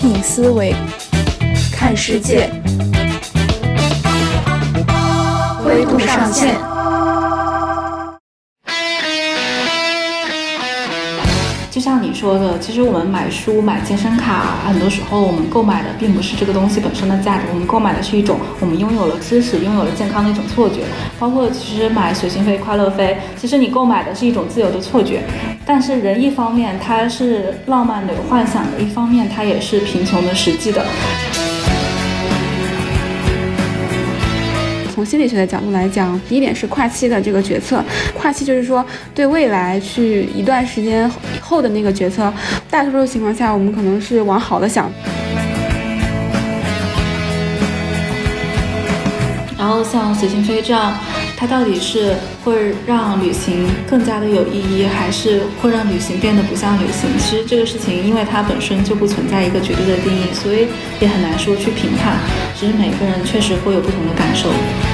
品思维，看世界，灰度上线。 就像你说的，其实我们买书、买健身卡，很多时候我们购买的并不是这个东西本身的价值，我们购买的是一种我们拥有了知识、拥有了健康的一种错觉。包括其实买随心飞、快乐飞，其实你购买的是一种自由的错觉。但是人一方面它是浪漫的、有幻想的，一方面它也是贫穷的、实际的。 从心理学的角度来讲，第一点是跨期的这个决策，跨期就是说对未来去一段时间后的那个决策，大多数情况下我们可能是往好的想。 然后像随心飞这样，它到底是会让旅行更加的有意义，还是会让旅行变得不像旅行？其实这个事情因为它本身就不存在一个绝对的定义，所以也很难说去评判，只是每个人确实会有不同的感受。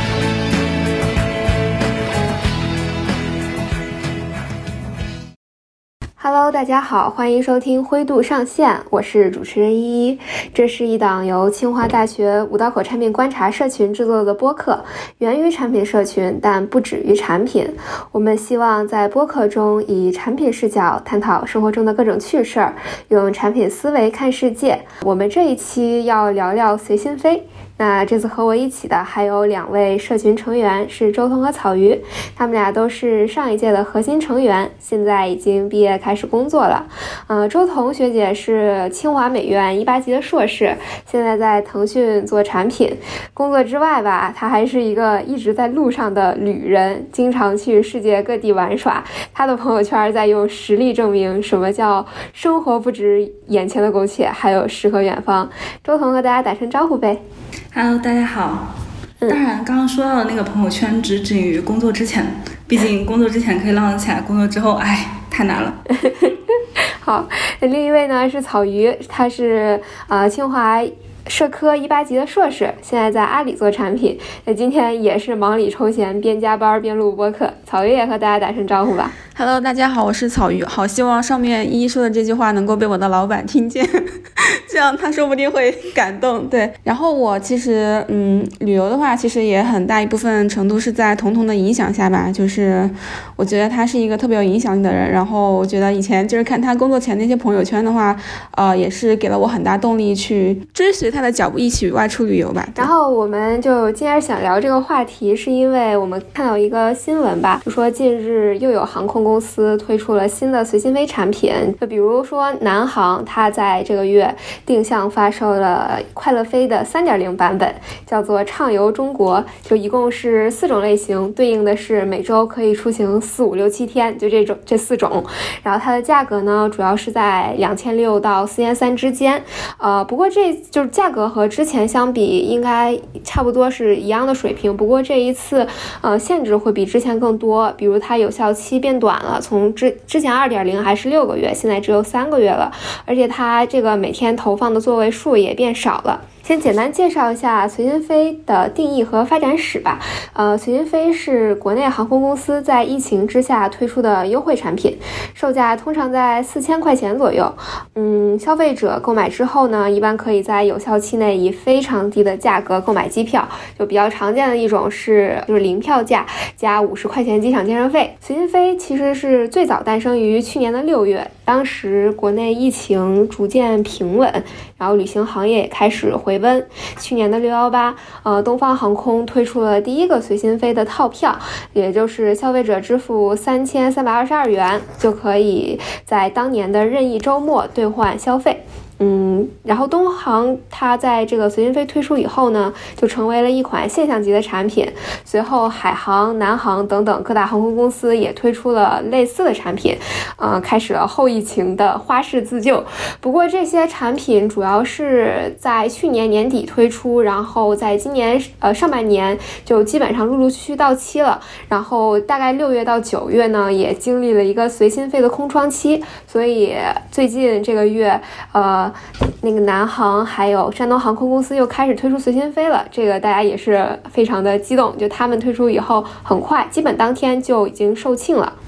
Hello， 大家好，欢迎收听灰度上线，我是主持人依依。这是一档由清华大学五道口产品观察社群制作的播客，源于产品社群，但不止于产品。我们希望在播客中以产品视角探讨生活中的各种趣事儿，用产品思维看世界。我们这一期要聊聊随心飞。那这次和我一起的还有两位社群成员，是周彤和草鱼，他们俩都是上一届的核心成员，现在已经毕业开始工作了。周彤学姐是清华美院18级的硕士，现在在腾讯做产品。工作之外吧，她还是一个一直在路上的旅人，经常去世界各地玩耍。她的朋友圈在用实力证明什么叫生活不止眼前的苟且，还有诗和远方。周彤和大家打声招呼呗。 Hello， 大家好。当然，刚刚说到的那个朋友圈只止于工作之前，毕竟工作之前可以浪得起来，工作之后，太难了。 好，另一位呢是草鱼，他是清华社科18级的硕士，现在在阿里做产品。那今天也是忙里抽闲，边加班边录播客。草鱼也和大家打声招呼吧。 Hello， 大家好，我是草鱼。好，希望上面依依说的这句话能够被我的老板听见，这样他说不定会感动。对，然后我其实旅游的话，其实也很大一部分程度是在彤彤的影响下吧。就是我觉得他是一个特别有影响力的人，然后我觉得以前就是看他工作前那些朋友圈的话，也是给了我很大动力去追随他的脚步一起外出旅游吧。 然后我们就今天想聊这个话题，是因为我们看到一个新闻吧，就说近日又有航空公司推出了新的随心飞产品，就比如说南航，它在这个月定向发售了快乐飞的 3.0 版本，叫做畅游中国，就一共是4种类型，对应的是每周可以出行4、5、6、7天，就这4种。然后它的价格呢，主要是在2600到4300之间。不过这就是价格和之前相比应该差不多是一样的水平，不过这一次限制会比之前更多，比如它有效期变短了，从之前 2.0 还是6个月，现在只有3个月了，而且它这个每天投放的座位数也变少了。先简单介绍一下随心飞的定义和发展史吧。随心飞是国内航空公司在疫情之下推出的优惠产品，售价通常在4000块钱左右。消费者购买之后呢，一般可以在有效期内以非常低的价格购买机票，就比较常见的一种就是零票价加50块钱机场建设费。随心飞其实是最早诞生于去年的6月，当时国内疫情逐渐平稳，然后旅行行业也开始回温。去年的618，东方航空推出了第一个随心飞的套票，也就是消费者支付3322元就可以在当年的任意周末兑换消费。然后东航它在这个随心飞推出以后呢，就成为了一款现象级的产品。随后海航、南航等等各大航空公司也推出了类似的产品，开始了后疫情的花式自救。不过这些产品主要是在去年年底推出，然后在今年上半年就基本上陆陆续续到期了。然后大概6月到9月呢，也经历了一个随心飞的空窗期，所以最近这个月那个南航还有山东航空公司又开始推出随心飞了，这个大家也是非常的激动，就他们推出以后很快基本当天就已经售罄了。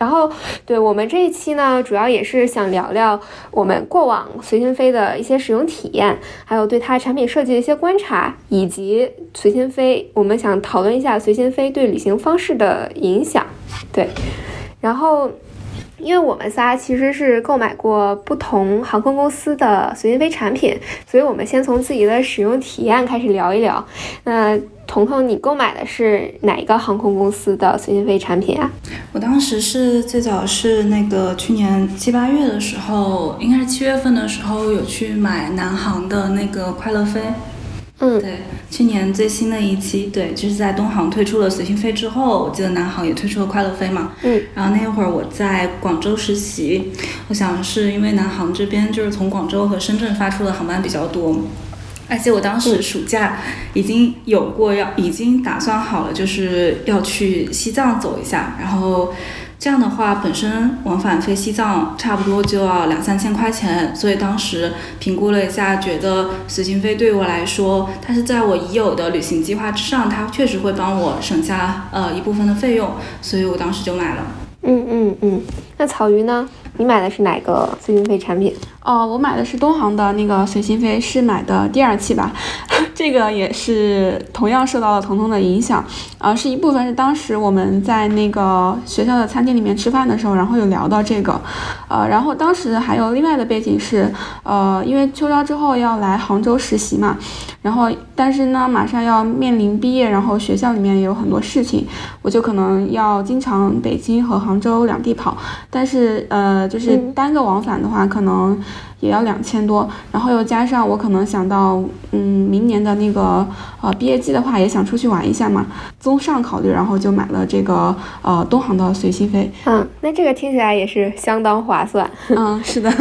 然后对我们这一期呢，主要也是想聊聊我们过往随心飞的一些使用体验，还有对它产品设计的一些观察，以及随心飞我们想讨论一下随心飞对旅行方式的影响。对，然后因为我们仨其实是购买过不同航空公司的随心飞产品，所以我们先从自己的使用体验开始聊一聊。那彤彤，你购买的是哪一个航空公司的随心飞产品啊？ 我当时是最早是那个去年7、8月的时候，应该是7月份的时候有去买南航的那个快乐飞。对，去年最新的一期，对，就是在东航推出了随心飞之后，我记得南航也推出了快乐飞嘛。然后那会儿我在广州实习，我想是因为南航这边就是从广州和深圳发出的航班比较多，而且我当时暑假已经已经打算好了，就是要去西藏走一下，然后这样的话本身往返飞西藏差不多就要2、3千块钱，所以当时评估了一下，觉得随心飞对我来说，它是在我已有的旅行计划之上，它确实会帮我省下一部分的费用，所以我当时就买了。 那草鱼呢？你买的是哪个随心飞产品？ 我买的是东航的那个随心飞，是买的第2期吧。这个也是同样受到了彤彤的影响，是一部分是当时我们在那个学校的餐厅里面吃饭的时候，然后有聊到这个，然后当时还有另外的背景是，因为秋招之后要来杭州实习嘛，然后但是呢马上要面临毕业，然后学校里面也有很多事情，我就可能要经常北京和杭州两地跑，但是就是单个往返的话可能也要2000多，然后又加上我可能想到明年的那个毕业季的话也想出去玩一下嘛，综上考虑，然后就买了这个东航的随心飞。 那这个听起来也是相当划算。 是的。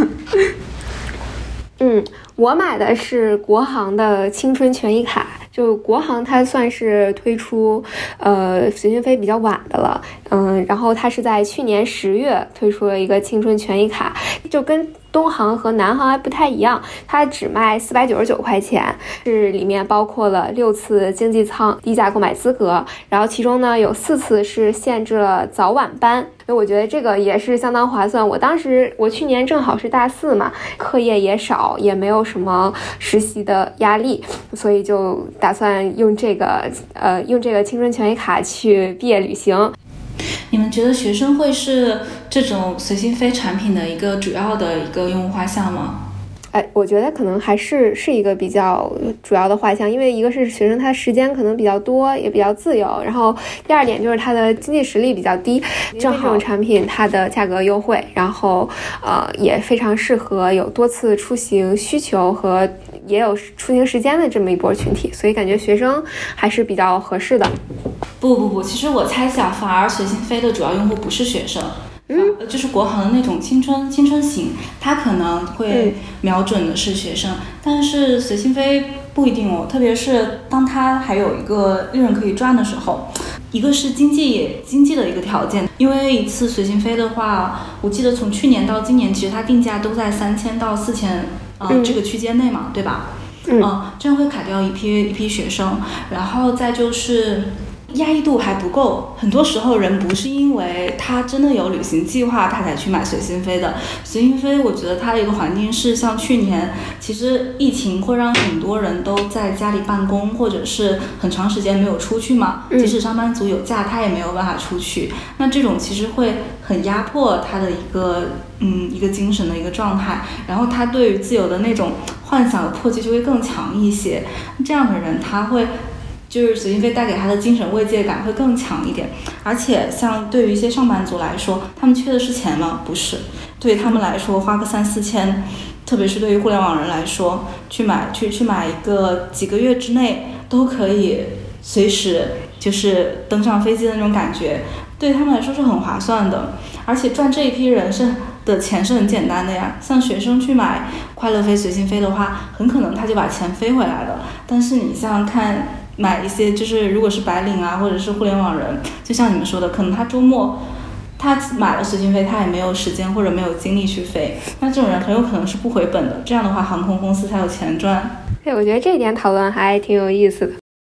我买的是国航的青春权益卡，就国航它算是推出随心飞比较晚的了，然后它是在去年10月推出了一个青春权益卡，就跟东航和南航还不太一样，它只卖499块钱，是里面包括了6次经济舱低价购买资格，然后其中呢有4次是限制了早晚班，所以我觉得这个也是相当划算。我去年正好是大4嘛，课业也少，也没有什么实习的压力，所以就打算用这个青春权益卡去毕业旅行。 你们觉得学生会是这种随心飞产品的一个主要的一个用户画像吗？ 我觉得可能还是一个比较主要的画像，因为一个是学生他时间可能比较多，也比较自由，然后第二点就是他的经济实力比较低，正好这种产品它的价格优惠，然后也非常适合有多次出行需求和也有出行时间的这么一波群体，所以感觉学生还是比较合适的。 不，其实我猜想反而随心飞的主要用户不是学生，就是国航的那种青春型，它可能会瞄准的是学生，但是随心飞不一定哦，特别是当它还有一个利润可以赚的时候，一个是经济的一个条件，因为一次随心飞的话，我记得从去年到今年，其实它定价都在3000到4000这个区间内嘛，对吧？这样会卡掉一批学生，然后再就是压抑度还不够，很多时候人不是因为他真的有旅行计划他才去买随心飞的。随心飞我觉得它的一个环境是像去年其实疫情会让很多人都在家里办公，或者是很长时间没有出去嘛，即使上班族有假他也没有办法出去，那这种其实会很压迫他的一个精神的一个状态，然后他对于自由的那种幻想的迫切就会更强一些，这样的人他会就是随心飞带给他的精神慰藉感会更强一点。而且像对于一些上班族来说，他们缺的是钱吗？不是，对于他们来说花个3、4千，特别是对于互联网人来说，去买一个几个月之内都可以随时就是登上飞机的那种感觉，对他们来说是很划算的。而且赚这一批人的钱是很简单的呀，像学生去买快乐飞随心飞的话，很可能他就把钱飞回来了。但是你像看买一些就是如果是白领啊或者是互联网人，就像你们说的，可能他周末他买了随心飞，他也没有时间或者没有精力去飞，那这种人很有可能是不回本的，这样的话航空公司才有钱赚。 对，我觉得这一点讨论还挺有意思的。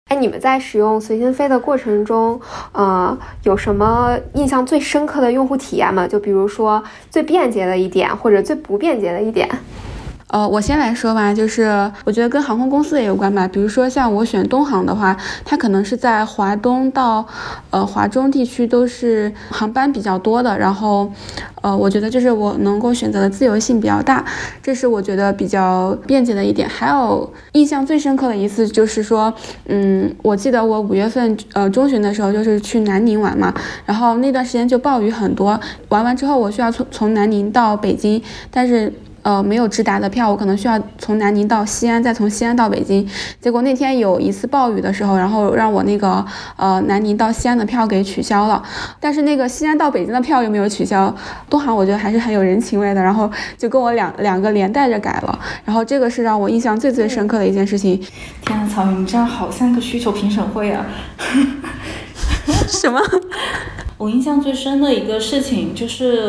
你们在使用随心飞的过程中，有什么印象最深刻的用户体验吗？就比如说最便捷的一点，或者最不便捷的一点。 我先来说吧，就是我觉得跟航空公司也有关吧。比如说像我选东航的话，它可能是在华东到华中地区都是航班比较多的，然后我觉得就是我能够选择的自由性比较大，这是我觉得比较便捷的一点。还有印象最深刻的一次就是说，我记得我5月份中旬的时候就是去南宁玩嘛，然后那段时间就暴雨很多，玩完之后我需要从南宁到北京，但是没有直达的票，我可能需要从南宁到西安，再从西安到北京。结果那天有一次暴雨的时候，然后让我那个南宁到西安的票给取消了，但是那个西安到北京的票又没有取消。东航我觉得还是很有人情味的，然后就跟我两个连带着改了，然后这个是让我印象最深刻的一件事情。 天啊，曹云，你这样好像个需求评审会啊！ 什么？ 我印象最深的一个事情就是，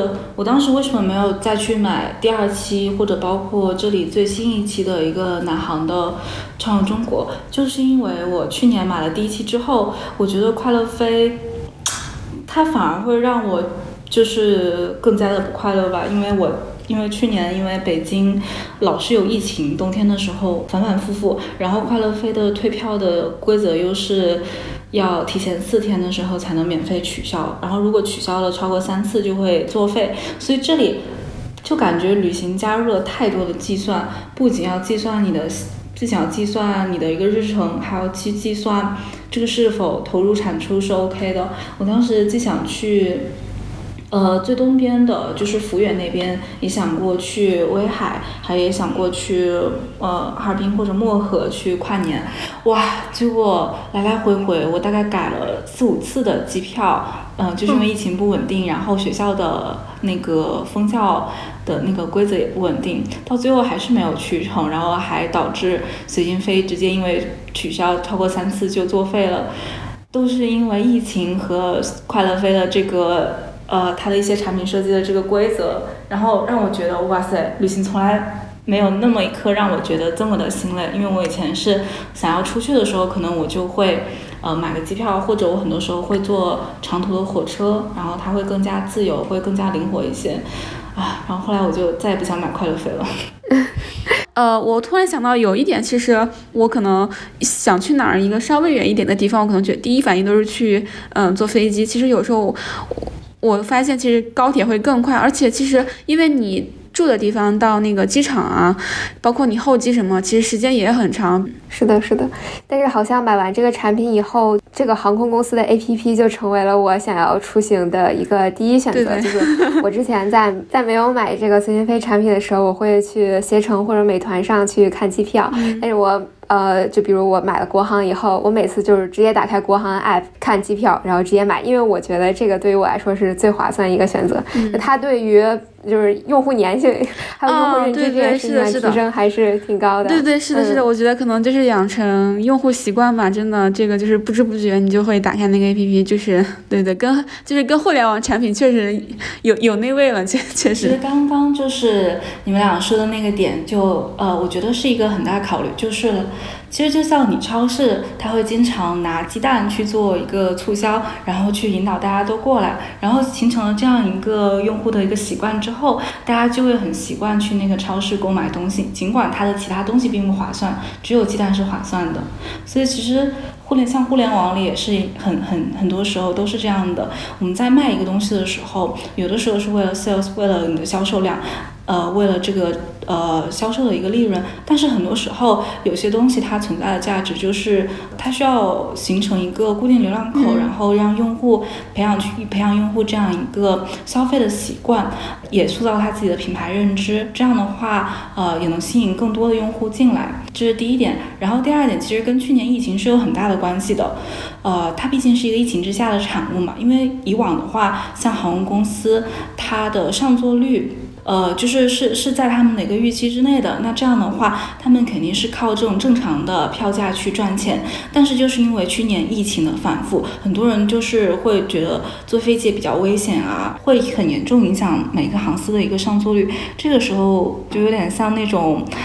我当时为什么没有再去买第2期或者包括这里最新一期的一个南航的畅游中国，就是因为我去年买了第1期之后，我觉得快乐飞它反而会让我就是更加的不快乐吧，因为去年因为北京老是有疫情，冬天的时候反反复复，然后快乐飞的退票的规则又是要提前4天的时候才能免费取消，然后如果取消了超过3次就会作废，所以这里就感觉旅行加入了太多的计算，不仅要计算你的一个日程，还要去计算这个是否投入产出是 OK 的。我当时既想去最东边的就是抚远那边，也想过去威海，还也想过去哈尔滨或者漠河去跨年。哇，结果来来回回我大概改了4-5次的机票，就是因为疫情不稳定，然后学校的那个封校的那个规则也不稳定，到最后还是没有去成，然后还导致随心飞直接因为取消超过3次就作废了，都是因为疫情和快乐飞的这个它的一些产品设计的这个规则，然后让我觉得哇塞，旅行从来没有那么一刻让我觉得这么的心累。因为我以前是想要出去的时候，可能我就会买个机票，或者我很多时候会坐长途的火车，然后它会更加自由，会更加灵活一些然后后来我就再也不想买快乐飞了。 我突然想到有一点，其实我可能想去哪儿一个稍微远一点的地方，我可能觉得第一反应都是去坐飞机。其实有时候我发现其实高铁会更快，而且其实因为你住的地方到那个机场啊，包括你候机什么，其实时间也很长。 是的，但是好像买完这个产品以后，这个航空公司的 APP 就成为了我想要出行的一个第一选择。 对就是我之前在没有买这个随心飞产品的时候，我会去携程或者美团上去看机票，但是我就比如我买了国航以后，我每次就是直接打开国航 app 看机票，然后直接买，因为我觉得这个对于我来说是最划算一个选择。它对于就是用户粘性还有用户认知这件事情的提升还是挺高的。 对，是的，我觉得可能就是养成用户习惯吧，真的这个就是不知不觉你就会打开那个 APP， 就是对，跟互联网产品确实有那味了，确实。 其实刚刚就是你们俩说的那个点就我觉得是一个很大的考虑，就是其实就像你超市它会经常拿鸡蛋去做一个促销，然后去引导大家都过来，然后形成了这样一个用户的一个习惯之后，大家就会很习惯去那个超市购买东西，尽管它的其他东西并不划算，只有鸡蛋是划算的。所以其实像互联网里也是很多时候都是这样的，我们在卖一个东西的时候，有的时候是为了 sales， 为了你的销售量，为了这个销售的一个利润，但是很多时候有些东西它存在的价值就是它需要形成一个固定流量口，然后让用户培养用户这样一个消费的习惯，也塑造他自己的品牌认知，这样的话也能吸引更多的用户进来，这是第一点。然后第二点其实跟去年疫情是有很大的关系的，它毕竟是一个疫情之下的产物嘛，因为以往的话像航空公司它的上座率是在他们的一个预期之内的，那这样的话他们肯定是靠这种正常的票价去赚钱，但是就是因为去年疫情的反复，很多人就是会觉得坐飞机比较危险会很严重影响每个航司的一个上座率，这个时候就有点像那种把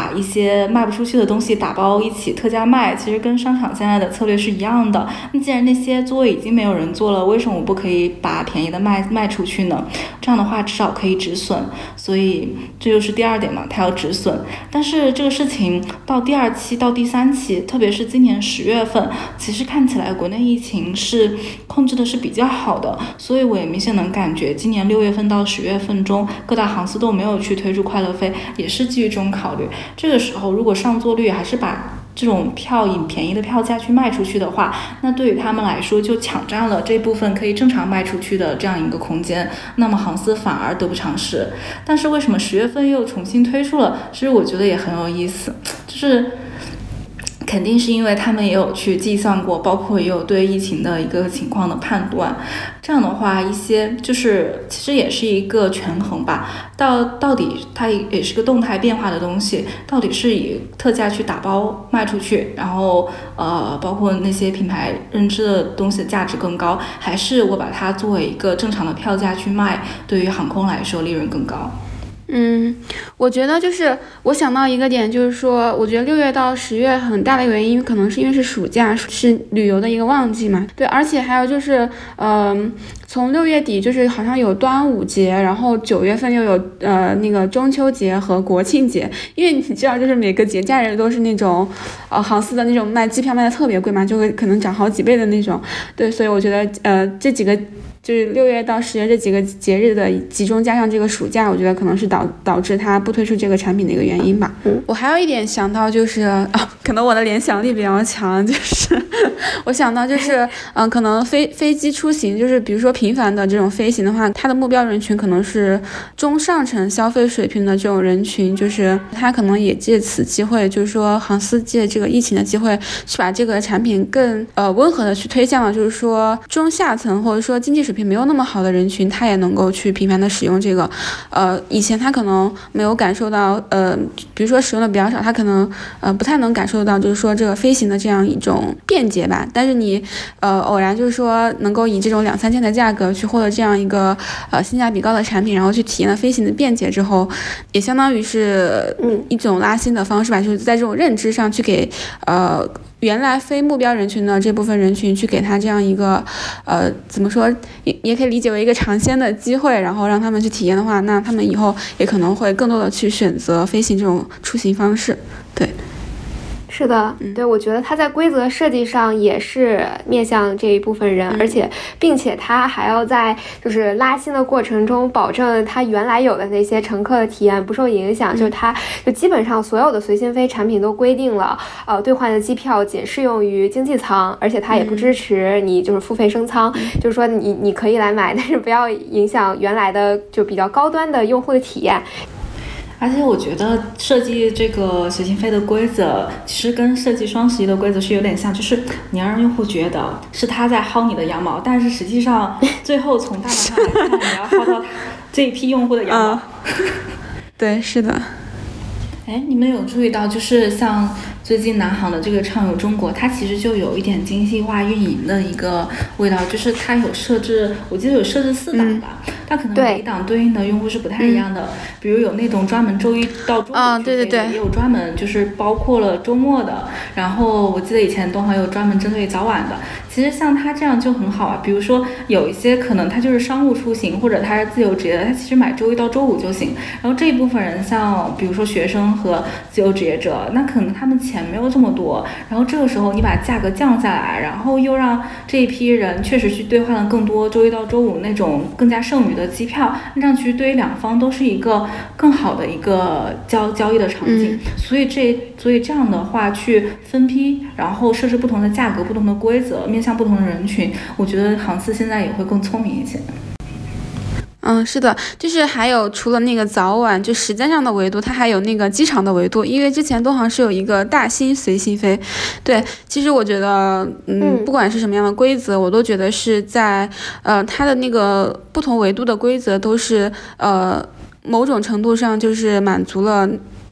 把一些卖不出去的东西打包一起特价卖，其实跟商场现在的策略是一样的。那既然那些座位已经没有人坐了，为什么我不可以把便宜的卖出去呢？这样的话至少可以止损，所以这就是第二点嘛，它要止损。但是这个事情到第2期到第3期，特别是今年10月份，其实看起来国内疫情是控制的是比较好的，所以我也明显能感觉今年6月份到10月份中，各大航司都没有去推出快乐飞，也是基于这种考虑。这个时候如果上座率还是把这种票以便宜的票价去卖出去的话，那对于他们来说就抢占了这部分可以正常卖出去的这样一个空间，那么航司反而得不偿失。但是为什么10月份又重新推出了，其实我觉得也很有意思，就是肯定是因为他们也有去计算过，包括也有对疫情的一个情况的判断。这样的话，一些就是其实也是一个权衡吧，到底它也是个动态变化的东西，到底是以特价去打包卖出去，然后包括那些品牌认知的东西的价值更高，还是我把它作为一个正常的票价去卖，对于航空来说利润更高。 我觉得就是我想到一个点，就是说我觉得6月到10月很大的原因可能是因为是暑假，是旅游的一个旺季嘛。对，而且还有就是从6月底就是好像有端午节，然后9月份又有那个中秋节和国庆节，因为你知道就是每个节假日都是那种航司的那种卖机票卖的特别贵嘛，就会可能涨好几倍的那种。对，所以我觉得这几个就是6月到10月这几个节日的集中加上这个暑假，我觉得可能是导致它不推出这个产品的一个原因吧。我还有一点想到就是可能我的联想力比较强，就是我想到就是可能飞机出行，就是比如说频繁的这种飞行的话，它的目标人群可能是中上层消费水平的这种人群，就是它可能也借此机会，就是说航司借这个疫情的机会去把这个产品更温和的去推向了就是说中下层或者说经济水平没有那么好的人群，他也能够去频繁的使用这个以前他可能没有感受到比如说使用的比较少，他可能不太能感受到就是说这个飞行的这样一种便捷吧。但是你偶然就是说能够以这种2-3千的价格去获得这样一个性价比高的产品，然后去体验了飞行的便捷之后，也相当于是一种拉新的方式吧，就是在这种认知上去给原来非目标人群的这部分人群去给他这样一个怎么说，也可以理解为一个尝鲜的机会，然后让他们去体验的话，那他们以后也可能会更多的去选择飞行这种出行方式。对， 是的，对，我觉得它在规则设计上也是面向这一部分人，而且并且它还要在就是拉新的过程中保证它原来有的那些乘客的体验不受影响，就它就基本上所有的随心飞产品都规定了兑换的机票仅适用于经济舱，而且它也不支持你就是付费升舱，就是说你可以来买，但是不要影响原来的就比较高端的用户的体验。 而且我觉得设计这个随心飞的规则其实跟设计双11的规则是有点像，就是你要让用户觉得是他在薅你的羊毛，但是实际上最后从大方向来看，你要薅到这一批用户的羊毛。 对，是的。 你们有注意到就是像最近南航的这个畅游中国，它其实就有一点精细化运营的一个味道，就是它有设置，我记得有设置4档吧，它可能每一档对应的用户是不太一样的，比如有那种专门周一到周五去飞的，也有专门就是包括了周末的，然后我记得以前东航有专门针对早晚的。其实像它这样就很好啊，比如说有一些可能它就是商务出行或者它是自由职业的，它其实买周一到周五就行。然后这一部分人像比如说学生和自由职业者，那可能他们钱没有这么多，然后这个时候你把价格降下来，然后又让这一批人确实去兑换了更多周一到周五那种更加剩余的机票，这样其实对于两方都是一个更好的一个交易的场景。所以这样的话去分批，然后设置不同的价格、不同的规则，面向不同的人群，我觉得航司现在也会更聪明一些。 是的，就是还有除了那个早晚就时间上的维度，它还有那个机场的维度，因为之前东航是有一个大新随心飞。对，其实我觉得不管是什么样的规则，我都觉得是在它的那个不同维度的规则都是某种程度上就是满足了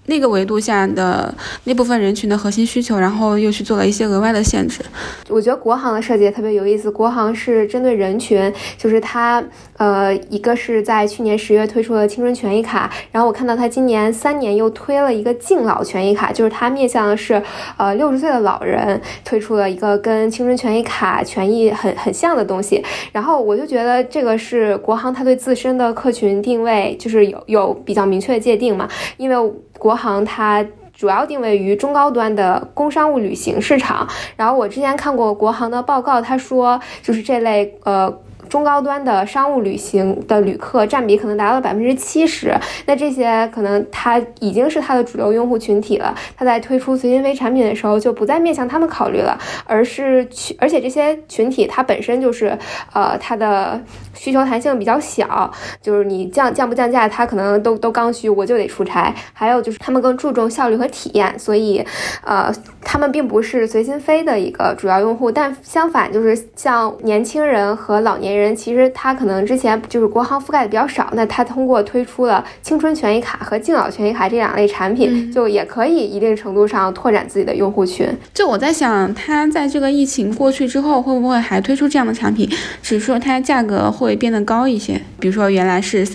那个维度下的那部分人群的核心需求，然后又去做了一些额外的限制。 我觉得国行的设计也特别有意思，国行是针对人群，就是它一个是在去年10月推出了青春权益卡，然后我看到它今年3年又推了一个敬老权益卡，就是它面向的是60岁的老人，推出了一个跟青春权益卡权益很像的东西。然后我就觉得这个是国行它对自身的客群定位就是有比较明确的界定嘛，因为国行它主要定位于中高端的工商务旅行市场。然后我之前看过国行的报告，他说就是这类中高端的商务旅行的旅客占比可能达到了70%，那这些可能它已经是它的主流用户群体了。它在推出随心飞产品的时候，就不再面向他们考虑了，而且这些群体它本身就是它的需求弹性比较小，就是你降不降价，它可能都刚需，我就得出差。还有就是他们更注重效率和体验，所以他们并不是随心飞的一个主要用户。但相反，就是像年轻人和老年人，其实他可能之前就是国行覆盖的比较少，那他通过推出了青春权益卡和敬老权益卡这2类产品，就也可以一定程度上拓展自己的用户群。 就我在想，他在这个疫情过去之后，会不会还推出这样的产品，只是说它价格会变得高一些，比如说原来是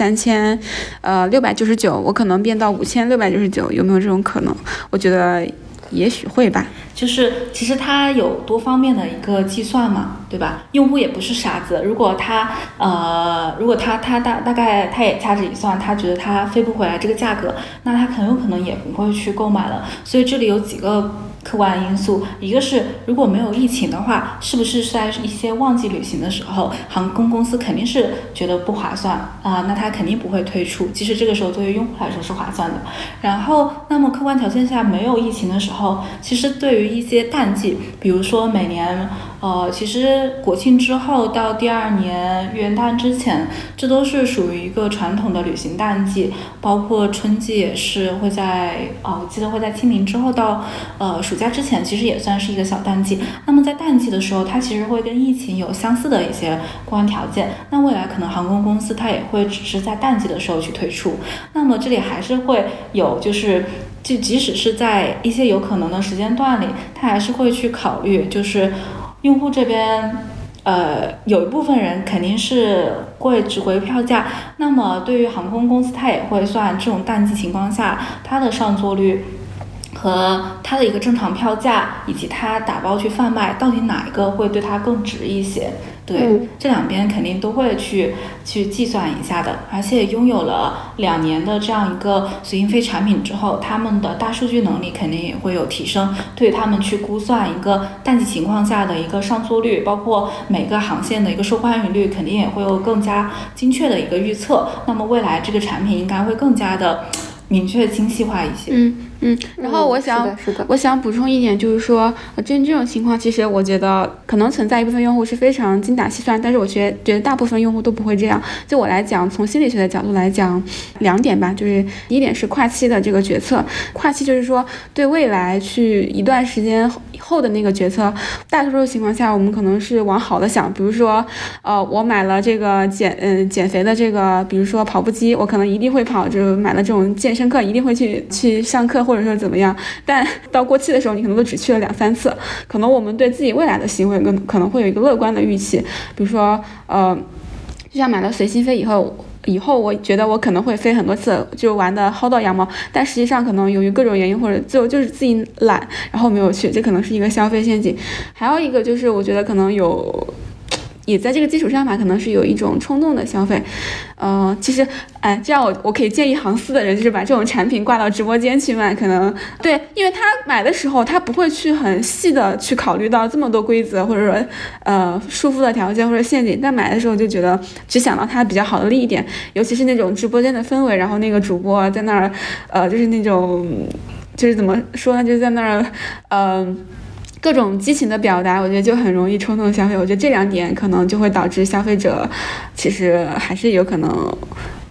3699，我可能变到5699，有没有这种可能？我觉得也许会吧。 就是其实它有多方面的一个计算嘛，对吧？用户也不是傻子，如果他大概他也掐指一算，他觉得他飞不回来这个价格，那他很有可能也不会去购买了。所以这里有几个客观因素，一个是如果没有疫情的话，是不是在一些旺季旅行的时候，航空公司肯定是觉得不划算那他肯定不会推出，即使这个时候对于用户来说是划算的。然后那么客观条件下没有疫情的时候，其实对于一些淡季，比如说每年其实国庆之后到第2年元旦之前，这都是属于一个传统的旅行淡季，包括春季也是会在我记得会在清明之后到暑假之前，其实也算是一个小淡季。那么在淡季的时候，它其实会跟疫情有相似的一些客观条件，那未来可能航空公司它也会只是在淡季的时候去推出。那么这里还是会有就即使是在一些有可能的时间段里，它还是会去考虑，就是用户这边有一部分人肯定是会只回票价，那么对于航空公司它也会算这种淡季情况下它的上座率和它的一个正常票价，以及它打包去贩卖，到底哪一个会对它更值一些？对，这两边肯定都会去计算一下的。而且拥有了2年的这样一个随心飞产品之后，他们的大数据能力肯定也会有提升，对他们去估算一个淡季情况下的一个上座率，包括每个航线的一个受欢迎率，肯定也会有更加精确的一个预测。那么未来这个产品应该会更加的明确精细化一些。 然后我想补充一点，就是说针对这种情况，其实我觉得可能存在一部分用户是非常精打细算，但是我觉得大部分用户都不会这样。就我来讲，从心理学的角度来讲，2点吧，就是第一点是跨期的这个决策，跨期就是说对未来去一段时间后的那个决策，大多数情况下我们可能是往好的想，比如说我买了这个减肥的这个，比如说跑步机，我可能一定会跑，就买了这种健身课，一定会去上课，或者说怎么样，但到过期的时候你可能都只去了2-3次，可能我们对自己未来的行为可能会有一个乐观的预期，比如说就像买了随心飞以后我觉得我可能会飞很多次，就玩的薅到羊毛，但实际上可能由于各种原因或者就是自己懒，然后没有去，这可能是一个消费陷阱。还有一个就是我觉得可能也在这个基础上吧，可能是有一种冲动的消费。其实这样我可以建议行4的人，就是把这种产品挂到直播间去卖，可能对，因为他买的时候他不会去很细的去考虑到这么多规则或者说束缚的条件或者陷阱，但买的时候就觉得只想到它比较好的利益点，尤其是那种直播间的氛围，然后那个主播在那儿就是那种就是怎么说呢，就是在那儿各种激情的表达，我觉得就很容易冲动消费。我觉得这2点可能就会导致消费者其实还是有可能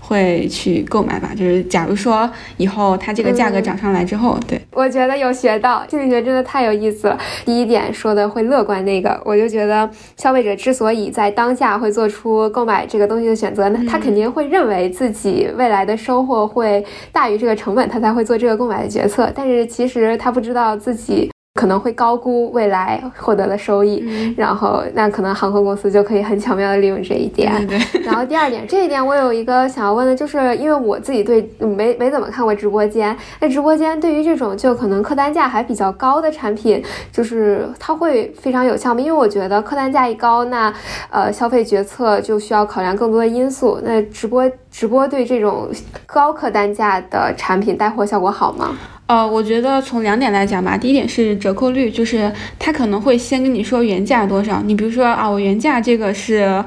会去购买吧。就是假如说以后它这个价格涨上来之后，对， 我觉得有学到，心理学真的太有意思了。第一点说的会乐观那个，我就觉得消费者之所以在当下会做出购买这个东西的选择，那他肯定会认为自己未来的收获会大于这个成本，他才会做这个购买的决策。但是其实他不知道自己可能会高估未来获得的收益，然后那可能航空公司就可以很巧妙的利用这一点。 对。 然后第二点，这一点我有一个想要问的，就是因为我自己没怎么看过直播间，那直播间对于这种就可能客单价还比较高的产品，就是它会非常有效吗？因为我觉得客单价一高，那消费决策就需要考量更多的因素。那直播对这种高客单价的产品带货效果好吗？ 我觉得从2点来讲吧。第一点是折扣率，就是他可能会先跟你说原价多少，你比如说啊，我原价这个是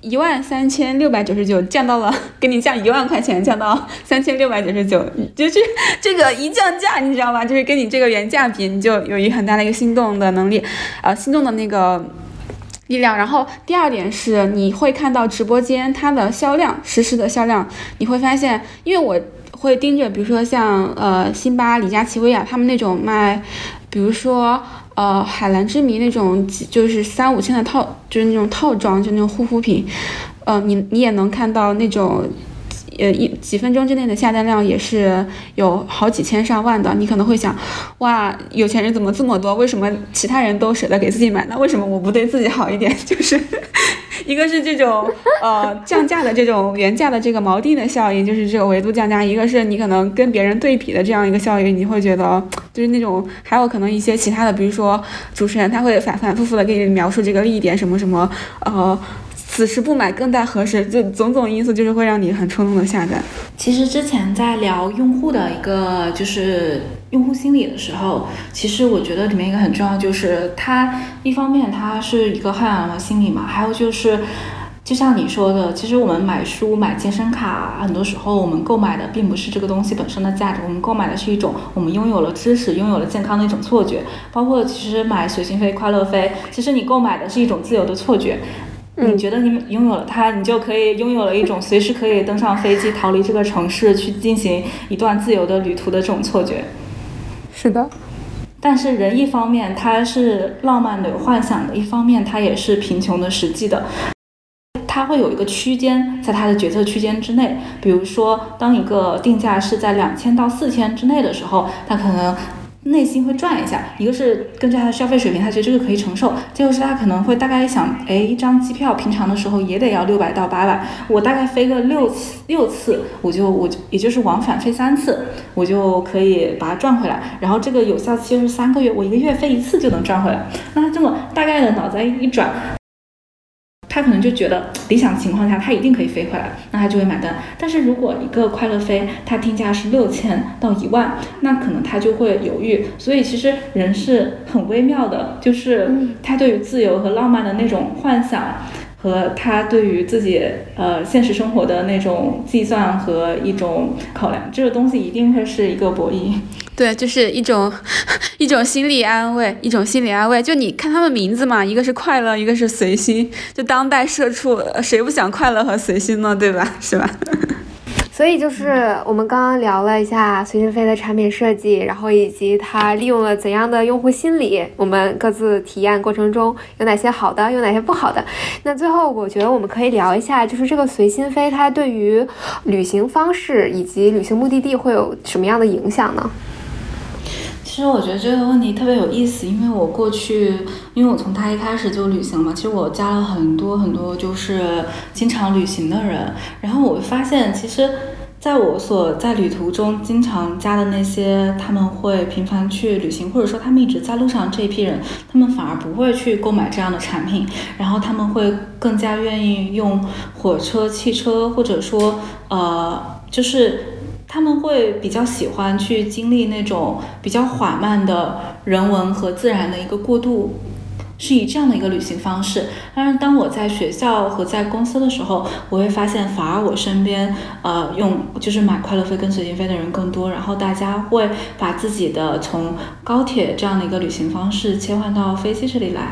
13699，降到了，给你降1万块钱，降到3699，就是这个一降价，你知道吗？就是跟你这个原价比，你就有一很大的一个心动的能力，心动的那个力量。然后第二点是你会看到直播间它的销量，实时的销量，你会发现，因为我会盯着，比如说像辛巴、李佳琦、薇娅他们那种卖，比如说海蓝之谜那种，就是3-5千的就是那种套装，就那种护肤品，你也能看到那种。几分钟之内的下单量也是有好几千上万的，你可能会想，哇，有钱人怎么这么多？为什么其他人都舍得给自己买呢？为什么我不对自己好一点？就是一个是这种降价的这种原价的这个锚定的效应，就是这个维度降价；一个是你可能跟别人对比的这样一个效应，你会觉得就是那种，还有可能一些其他的，比如说主持人他会反反复复的给你描述这个利点什么什么，此时不买更待何时，这种种因素就是会让你很冲动的下单。 其实之前在聊用户的一个就是用户心理的时候，其实我觉得里面一个很重要，就是它一方面它是一个豢养的心理嘛，还有就是就像你说的，其实我们买书买健身卡，很多时候我们购买的并不是这个东西本身的价值，我们购买的是一种我们拥有了知识拥有了健康的一种错觉。包括其实买随心飞快乐飞，其实你购买的是一种自由的错觉，你觉得你拥有了它，你就可以拥有了一种随时可以登上飞机逃离这个城市去进行一段自由的旅途的这种错觉。 是的。 但是人一方面它是浪漫的有幻想的，一方面它也是贫穷的实际的，它会有一个区间，在它的决策区间之内。比如说当一个定价是在2000到4000之内的时候，它可能内心会转一下，一个是根据他的消费水平，他觉得这个可以承受；第二个是他可能会大概想，一张机票平常的时候也得要600到800，我大概飞个6次，我也就是往返飞3次，我就可以把它赚回来。然后这个有效期是3个月，我1个月飞1次就能赚回来。那他这么大概的脑袋一转，他可能就觉得理想情况下他一定可以飞回来，那他就会买单。但是如果一个快乐飞它定价是6000到1万，那可能他就会犹豫。所以其实人是很微妙的，就是他对于自由和浪漫的那种幻想，和他对于自己现实生活的那种计算和一种考量，这个东西一定会是一个博弈。 对，就是一种心理安慰，一种心理安慰。就你看他们名字嘛，一个是快乐，一个是随心。就当代社畜，谁不想快乐和随心呢？对吧？是吧？ 所以就是我们刚刚聊了一下随心飞的产品设计，然后以及它利用了怎样的用户心理，我们各自体验过程中有哪些好的，有哪些不好的。那最后我觉得我们可以聊一下，就是这个随心飞它对于旅行方式以及旅行目的地会有什么样的影响呢？ 其实我觉得这个问题特别有意思，因为我过去，因为我从他一开始就旅行嘛，其实我加了很多就是经常旅行的人，然后我会发现，其实在我在旅途中经常加的那些，他们会频繁去旅行，或者说他们一直在路上这一批人，他们反而不会去购买这样的产品，然后他们会更加愿意用火车、汽车，或者说就是他们会比较喜欢去经历那种比较缓慢的人文和自然的一个过渡，是以这样的一个旅行方式。但是当我在学校和在公司的时候，我会发现反而我身边就是买快乐飞跟随心飞的人更多，然后大家会把自己的从高铁这样的一个旅行方式切换到飞机这里来。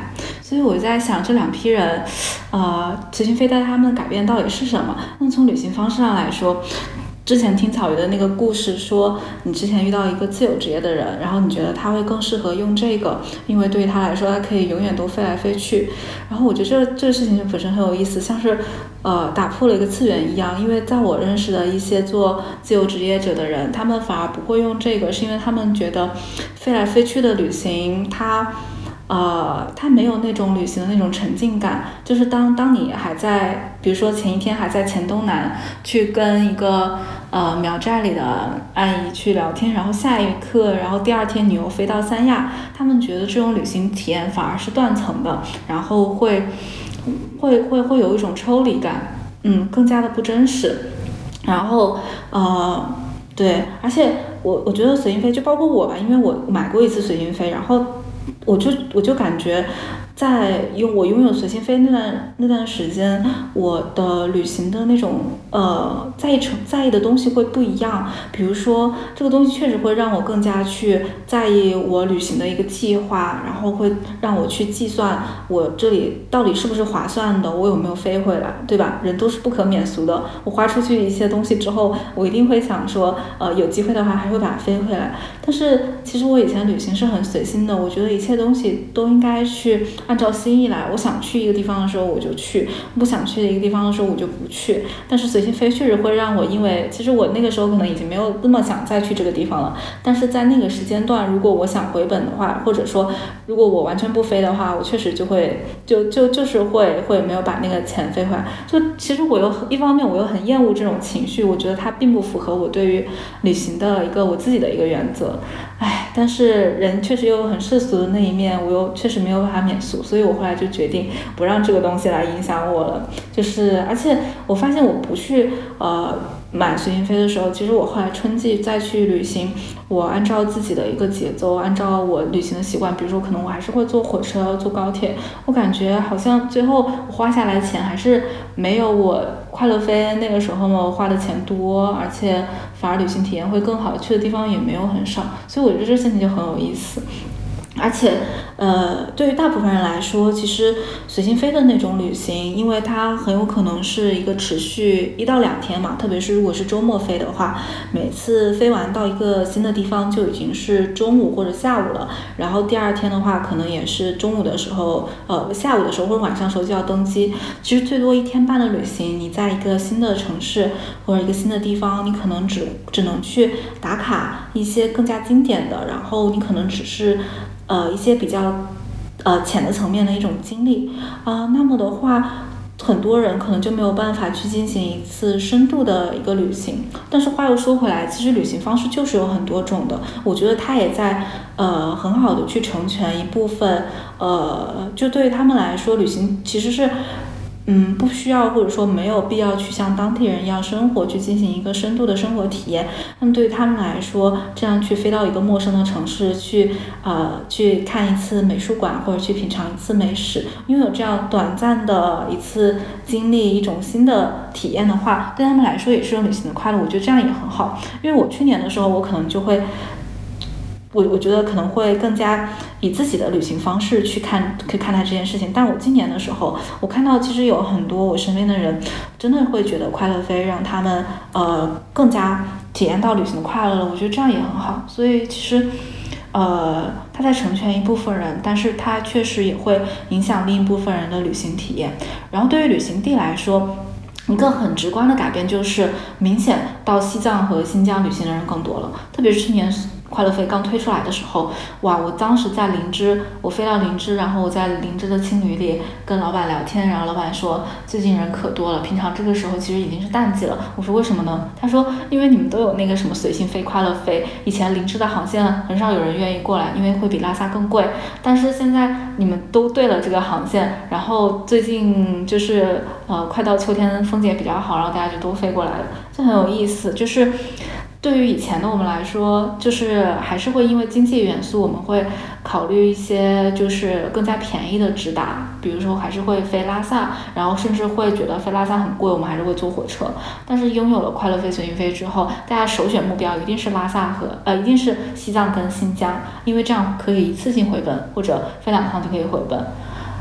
所以我在想这两批人，随心飞带他们的改变到底是什么？那从旅行方式上来说，之前听草鱼的那个故事说，你之前遇到一个自由职业的人，然后你觉得他会更适合用这个，因为对于他来说，他可以永远都飞来飞去。然后我觉得这个事情就本身很有意思，像是打破了一个次元一样。因为在我认识的一些做自由职业者的人，他们反而不会用这个，是因为他们觉得飞来飞去的旅行，它没有那种旅行的那种沉浸感。就是当你还在，比如说前一天还在黔东南去跟一个苗寨里的阿姨去聊天，然后下一刻，然后第二天你又飞到三亚，他们觉得这种旅行体验反而是断层的，然后会有一种抽离感，更加的不真实。然后对，而且我觉得随心飞就包括我吧，因为我买过一次随心飞，然后我就感觉我拥有随心飞那段时间，我的旅行的那种在意的东西会不一样。比如说这个东西确实会让我更加去在意我旅行的一个计划，然后会让我去计算我这里到底是不是划算的，我有没有飞回来，对吧？人都是不可免俗的，我花出去一些东西之后，我一定会想说有机会的话还会把它飞回来。但是其实我以前旅行是很随心的，我觉得一切东西都应该去按照心意来，我想去一个地方的时候我就去，不想去的一个地方的时候我就不去。但是随心飞确实会让我，因为其实我那个时候可能已经没有那么想再去这个地方了，但是在那个时间段，如果我想回本的话，或者说如果我完全不飞的话，我确实就会就是会没有把那个钱飞回来。就其实一方面我又很厌恶这种情绪，我觉得它并不符合我对于旅行的我自己的一个原则。但是人确实有很世俗的那一面，我又确实没有办法免俗，所以我后来就决定不让这个东西来影响我了。而且我发现我不去买随心飞的时候，其实我后来春季再去旅行，我按照自己的一个节奏，按照我旅行的习惯，比如说可能我还是会坐火车坐高铁，我感觉好像最后我花下来的钱还是没有我快乐飞那个时候我花的钱多，而且反而旅行体验会更好，去的地方也没有很少，所以我觉得这事情就很有意思。而且对于大部分人来说，其实随心飞的那种旅行，因为它很有可能是一个持续1到2天嘛，特别是如果是周末飞的话，每次飞完到一个新的地方就已经是中午或者下午了，然后第二天的话可能也是中午的时候下午的时候或者晚上的时候就要登机。其实最多1天半的旅行，你在一个新的城市或者一个新的地方，你可能只能去打卡一些更加经典的，然后你可能只是一些比较浅的层面的一种经历那么的话，很多人可能就没有办法去进行一次深度的一个旅行。但是话又说回来，其实旅行方式就是有很多种的，我觉得它也在很好的去成全一部分就对于他们来说，旅行其实是不需要或者说没有必要去像当地人一样生活，去进行一个深度的生活体验。那么对于他们来说，这样去飞到一个陌生的城市去看一次美术馆，或者去品尝一次美食，拥有这样短暂的一次经历，一种新的体验的话，对他们来说也是种旅行的快乐。我觉得这样也很好。因为我去年的时候，我可能就会我觉得可能会更加以自己的旅行方式去看待这件事情。但我今年的时候，我看到其实有很多我身边的人真的会觉得快乐飞让他们更加体验到旅行的快乐了，我觉得这样也很好。所以其实它在成全一部分人，但是它确实也会影响另一部分人的旅行体验。然后对于旅行地来说，一个很直观的改变就是明显到西藏和新疆旅行的人更多了，特别是去年快乐飞刚推出来的时候，哇！我当时在林芝，我飞到林芝，然后我在林芝的青旅里跟老板聊天，然后老板说最近人可多了，平常这个时候其实已经是淡季了。我说为什么呢？他说因为你们都有那个什么随心飞、快乐飞，以前林芝的航线很少有人愿意过来，因为会比拉萨更贵，但是现在你们都对了这个航线，然后最近就是快到秋天风景也比较好，然后大家就都飞过来了，就很有意思。就是对于以前的我们来说，就是还是会因为经济元素，我们会考虑一些就是更加便宜的直达，比如说还是会飞拉萨，然后甚至会觉得飞拉萨很贵，我们还是会坐火车。但是拥有了快乐飞、随心飞之后，大家首选目标一定是拉萨一定是西藏跟新疆，因为这样可以一次性回本，或者飞2趟就可以回本。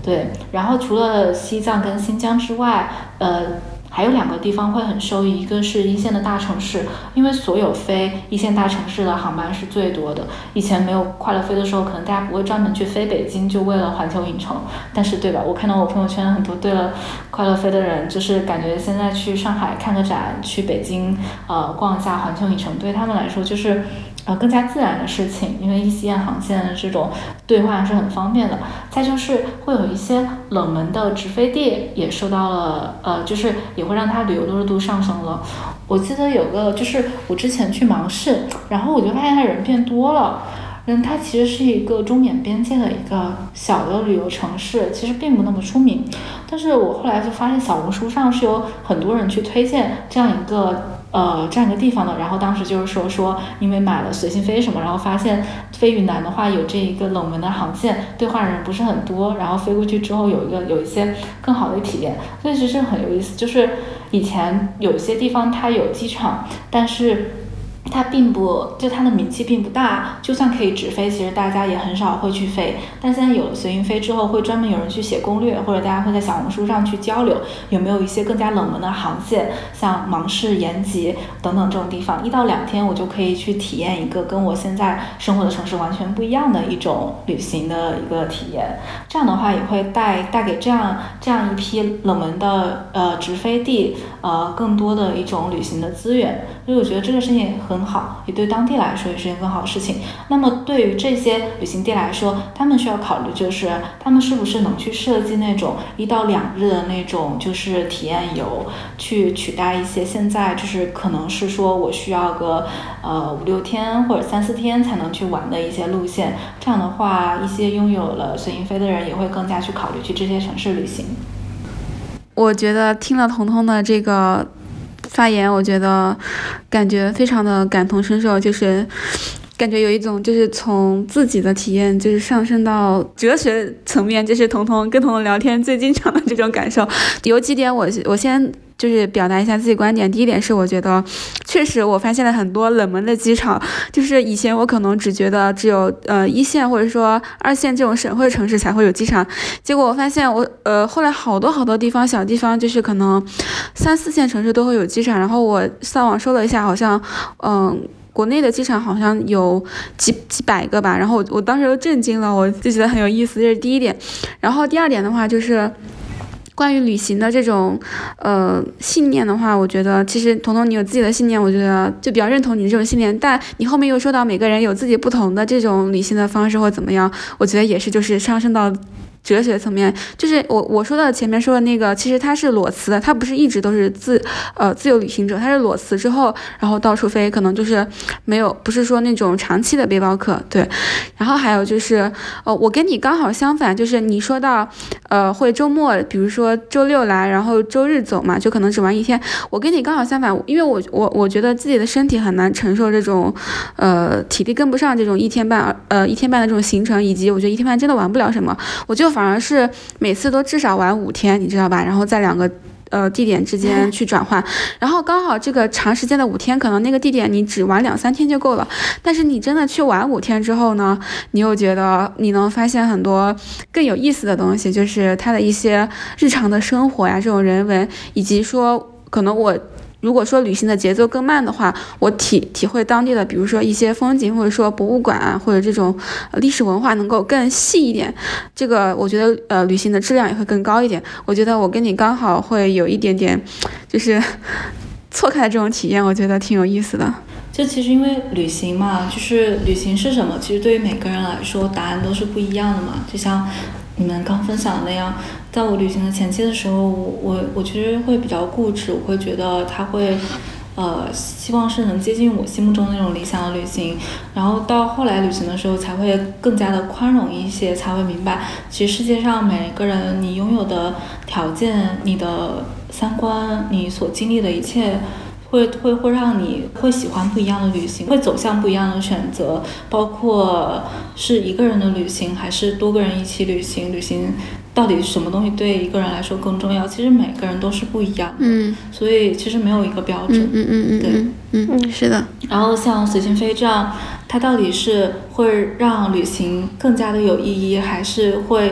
对，然后除了西藏跟新疆之外，还有2个地方会很受益，一个是一线的大城市，因为所有飞一线大城市的航班是最多的。以前没有快乐飞的时候，可能大家不会专门去飞北京，就为了环球影城。但是对吧，我看到我朋友圈很多对了快乐飞的人，就是感觉现在去上海看个展，去北京逛一下环球影城，对他们来说就是更加自然的事情，因为一线航线的这种兑换是很方便的。再就是会有一些冷门的直飞地也受到了就是也会让它旅游的热度上升了。我记得有个就是我之前去芒市，然后我就发现它人变多了。它其实是一个中缅边界的一个小的旅游城市，其实并不那么出名，但是我后来就发现小红书上是有很多人去推荐这样一个地方的，然后当时就是说因为买了随心飞什么，然后发现飞云南的话有这一个冷门的航线，兑换人不是很多，然后飞过去之后有一些更好的体验，所以其实很有意思。就是以前有些地方它有机场，但是它它的名气并不大，就算可以直飞，其实大家也很少会去飞。但现在有了随云飞之后，会专门有人去写攻略，或者大家会在小红书上去交流，有没有一些更加冷门的航线，像芒市、延吉等等这种地方，1到2天我就可以去体验一个跟我现在生活的城市完全不一样的一种旅行的一个体验。这样的话也会带给这样一批冷门的直飞地更多的一种旅行的资源。所以我觉得这个事情很好，也对当地来说也是一件更好的事情。那么对于这些旅行地来说，他们需要考虑就是他们是不是能去设计那种1到2日的那种就是体验游，去取代一些现在就是可能是说我需要个5、6天或者3、4天才能去玩的一些路线。这样的话，一些拥有了随心飞的人也会更加去考虑去这些城市旅行。 我觉得听了彤彤的这个发言，我觉得感觉非常的感同身受，就是感觉有一种就是从自己的体验就是上升到哲学层面，就是跟彤彤聊天最经常的这种感受。有几点我先就是表达一下自己观点。第一点是我觉得确实我发现了很多冷门的机场，就是以前我可能只觉得只有1线或者说2线这种省会城市才会有机场，结果我发现我后来好多地方小地方就是可能3、4线城市都会有机场。然后我上网搜了一下，好像国内的机场好像有几百个吧，然后我当时都震惊了，我就觉得很有意思，这是第一点。然后第二点的话就是关于旅行的这种信念的话，我觉得其实彤彤你有自己的信念，我觉得就比较认同你这种信念，但你后面又说到每个人有自己不同的这种旅行的方式或怎么样，我觉得也是就是上升到哲学层面。就是我说的前面说的那个，其实它是裸辞的，它不是一直都是自由旅行者，它是裸辞之后然后到处飞，可能就是不是说那种长期的背包客。对，然后还有就是我跟你刚好相反，就是你说到会周末比如说周6来，然后周日走嘛，就可能只玩1天。我跟你刚好相反，因为我觉得自己的身体很难承受这种体力跟不上这种1天半的这种行程，以及我觉得1天半真的玩不了什么，我就反而是每次都至少玩5天，你知道吧？然后在2个地点之间去转换，然后刚好这个长时间的5天，可能那个地点你只玩2、3天就够了。但是你真的去玩5天之后呢，你又觉得你能发现很多更有意思的东西，就是它的一些日常的生活呀，这种人文，以及说可能我如果说旅行的节奏更慢的话，我体会当地的比如说一些风景，或者说博物馆啊，或者这种历史文化能够更细一点，这个我觉得旅行的质量也会更高一点。我觉得我跟你刚好会有一点点就是错开的这种体验，我觉得挺有意思的。 就其实因为旅行嘛，就是旅行是什么，其实对于每个人来说答案都是不一样的嘛。就像你们刚分享的那样，在我旅行的前期的时候，我其实会比较固执，我会觉得他会希望是能接近我心目中的那种理想的旅行，然后到后来旅行的时候才会更加的宽容一些，才会明白其实世界上每个人你拥有的条件、你的三观、你所经历的一切会让你会喜欢不一样的旅行，会走向不一样的选择，包括是一个人的旅行还是多个人一起旅行，旅行到底什么东西对一个人来说更重要，其实每个人都是不一样的，所以其实没有一个标准。对， 是的。 然后像随心飞这样，它到底是会让旅行更加的有意义，还是会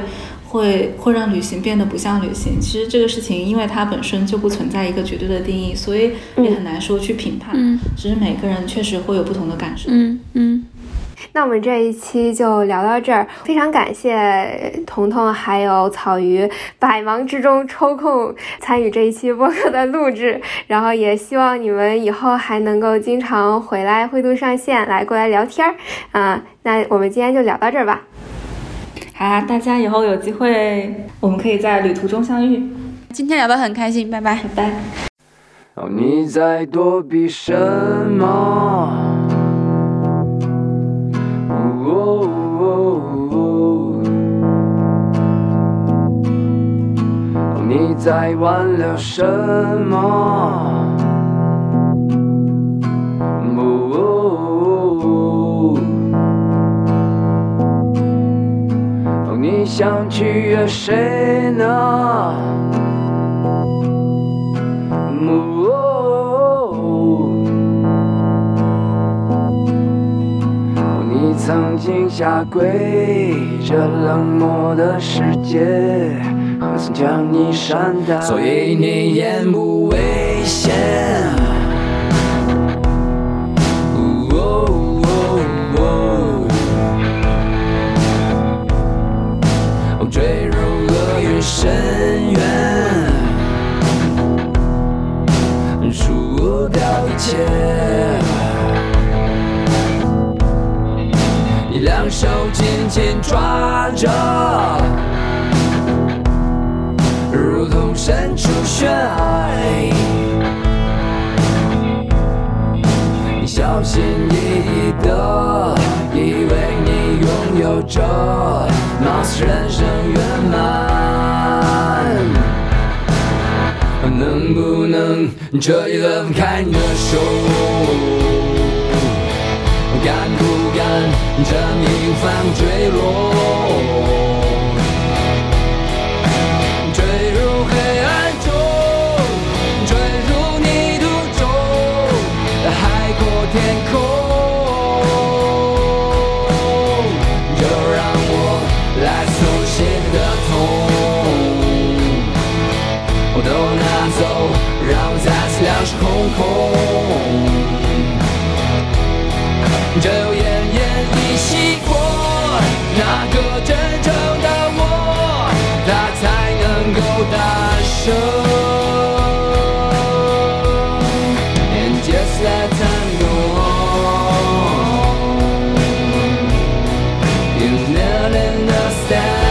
会让旅行变得不像旅行。其实这个事情因为它本身就不存在一个绝对的定义，所以也很难说去评判，只是每个人确实会有不同的感受。 那我们这一期就聊到这儿，非常感谢彤彤还有草鱼百忙之中抽空参与这一期播客的录制，然后也希望你们以后还能够经常回来灰度上线过来聊天那我们今天就聊到这儿吧。 好啊，大家以后有机会我们可以在旅途中相遇。 今天聊得很开心，拜拜拜拜。 你在躲避什么？你在挽留什么？你想取悦谁呢？你曾经下跪这冷漠的世界，何曾将你善待？所以你言不危险。坠入厄运深渊，输掉一切。你两手紧紧抓着，如同身处悬崖。你小心翼翼地以为你拥有着貌似人生圆满，能不能彻底地放开你的手？敢不敢这命犯坠落？坠入黑暗中，坠入泥土中，海阔天空。就让我来手心的痛，我都拿走，让我再次两手空空。只有奄奄一息过，那个真正的我，他才能够大声。And just let time go on, you never understand.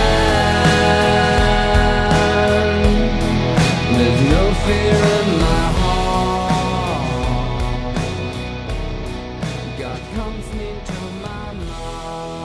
There's no fear in my heart. God comes into my mind.